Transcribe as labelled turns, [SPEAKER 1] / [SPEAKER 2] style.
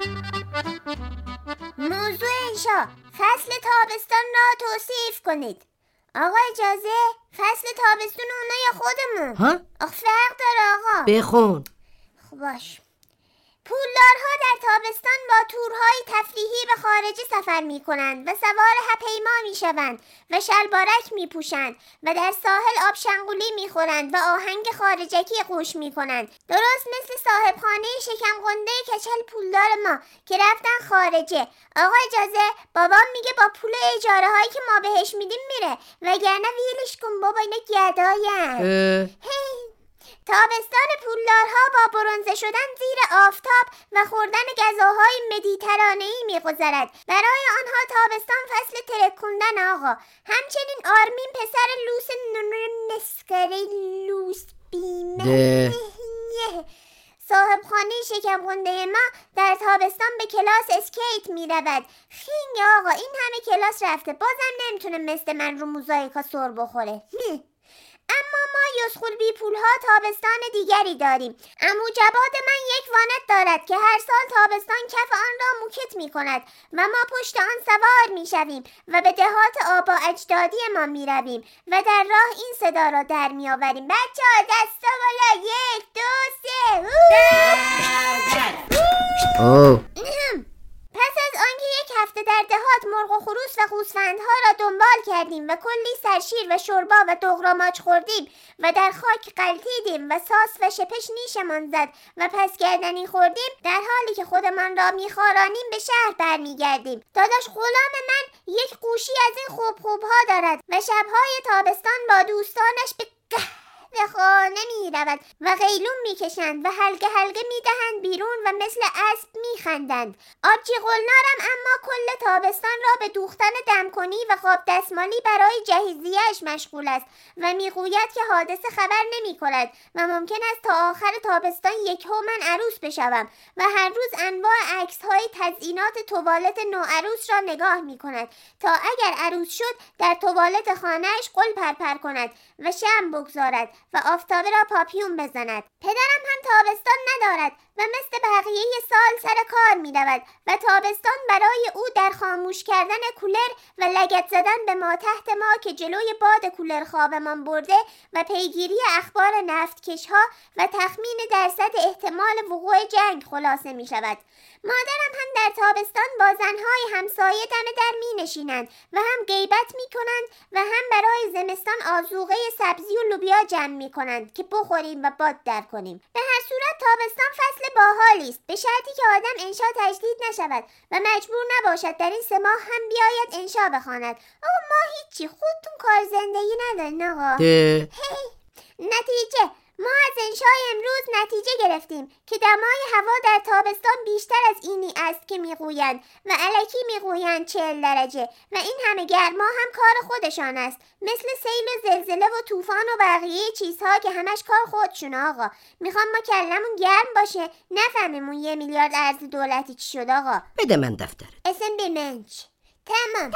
[SPEAKER 1] موضوع انشا، فصل تابستان را توصیف کنید. آقا اجازه، فصل تابستون اونای خودمون.
[SPEAKER 2] ها؟
[SPEAKER 1] آخ فرق داره آقا.
[SPEAKER 2] بخون.
[SPEAKER 1] خب باش. پولدارها در تابستان با تورهای تفریحی به خارج سفر می کنند و سوار هپیما می شوند و شلوارک می پوشند و در ساحل آب شنگولی می خورند و آهنگ خارجکی گوش می کنند. درست مثل صاحبخانه شکم گنده کچل پولدار ما که رفتن خارجه. آقا اجازه، بابام میگه با پول اجاره هایی که ما بهش میدیم میره، وگرنه ویلش کن بابا، اینا گداین. تابستان پولدارها با برنزه شدن زیر آفتاب و خوردن غذاهای مدیترانه‌ای می‌گذرد. برای آنها تابستان فصل ترکوندن آقا. همچنین آرمین پسر لوس نسکره لوس بیمه صاحب خانه شکم گنده ما در تابستان به کلاس اسکیت می رود. خینگ آقا، این همه کلاس رفته بازم نمیتونه مثل من رو موزاییکا سر بخوره. اما ما یسخول بی پولها تابستان دیگری داریم. عمو جواد من یک وانت دارد که هر سال تابستان کف آن را موکت می کند و ما پشت آن سوار می شویم و به دهات آبا اجدادی ما می رویم و در راه این صدا را در می آوریم: بچه ها دستا بالا، 1 2 3. پس از آنکه یک هفته در دهات مرغ و خروس و گوسفندها را دنبال کردیم و کلی سرشیر و شوربا و دغراماچ خوردیم و در خاک غلتیدیم و ساس و شپش نیشمان زد و پس گردنی خوردیم، در حالی که خودمان را میخارانیم به شهر برمیگردیم. داداش غلام من یک قوشی از این خوبها دارد و شبهای تابستان با دوستانش به خانه می رود و قیلون می کشند و حلقه می دهند بیرون و مثل اسب می خندند. آبجی قلنارم اما کل تابستان را به دوختن دمکنی و خواب دستمالی برای جهیزیه‌اش مشغول است و می گوید که حادثه خبر نمی کند و ممکن است تا آخر تابستان یکهو من عروس بشوم و هر روز انواع عکس های تزیینات توالت نوعروس را نگاه می کند تا اگر عروس شد در توالت خانه‌اش قل پرپر کند و شمع بگذارد و آفتابه را پاپیون بزند. پدرم هم تابستان ندارد و مثل بقیه سال سر کار می رود و تابستان برای او در خاموش کردن کولر و لگد زدن به ما تحت ما که جلوی باد کولر خوابمان برده و پیگیری اخبار نفتکش ها و تخمین درصد احتمال وقوع جنگ خلاصه می شود. مادرم هم در تابستان با زنهای همسایه دم در می نشینند و هم غیبت می کنند و هم برای زمستان آذوقه سبزی و لوبیا جمع می کنند که بخوریم و باد در کنیم. به هر صورت تابستان فصل باحالی است، به شرطی که آدم انشا تجدید نشود و مجبور نباشد در این 3 ماه هم بیاید انشا بخواند. آقا ما هیچی، خودتون کار زندگی ندارین آقا. نتیجه ما از انشای امروز نتیجه گرفتیم که دمای هوا در تابستان بیشتر از اینی است که میگویند و الکی میگویند 40 درجه و این همه گرما هم کار خودشان است، مثل سیل و زلزله و طوفان و بقیه چیزها که همش کار خودشون. آقا میخوام ما کلمون گرم باشه نفهمیم اون 1 میلیارد ارز دولتی چی شد. آقا
[SPEAKER 2] بده من دفتر.
[SPEAKER 1] اسم بیمنج. تمام.